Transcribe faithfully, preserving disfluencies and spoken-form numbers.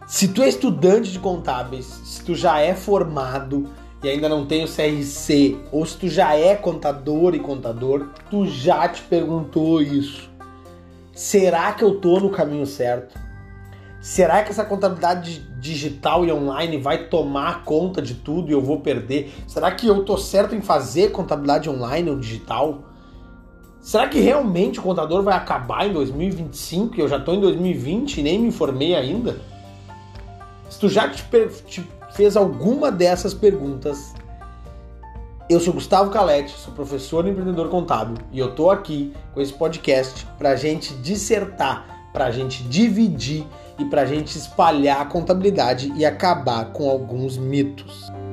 Se tu é estudante de contábeis, se tu já é formado e ainda não tem o C R C, ou se tu já é contador e contador, tu já te perguntou isso. Será que eu tô no caminho certo? Será que essa contabilidade digital e online vai tomar conta de tudo e eu vou perder? Será que eu tô certo em fazer contabilidade online ou digital? Será que realmente o contador vai acabar em dois mil e vinte e cinco e eu já tô em dois mil e vinte e nem me informei ainda? Se tu já te, te fez alguma dessas perguntas, eu sou Gustavo Calete, sou professor e empreendedor contábil e eu tô aqui com esse podcast pra gente dissertar, pra gente dividir e pra gente espalhar a contabilidade e acabar com alguns mitos.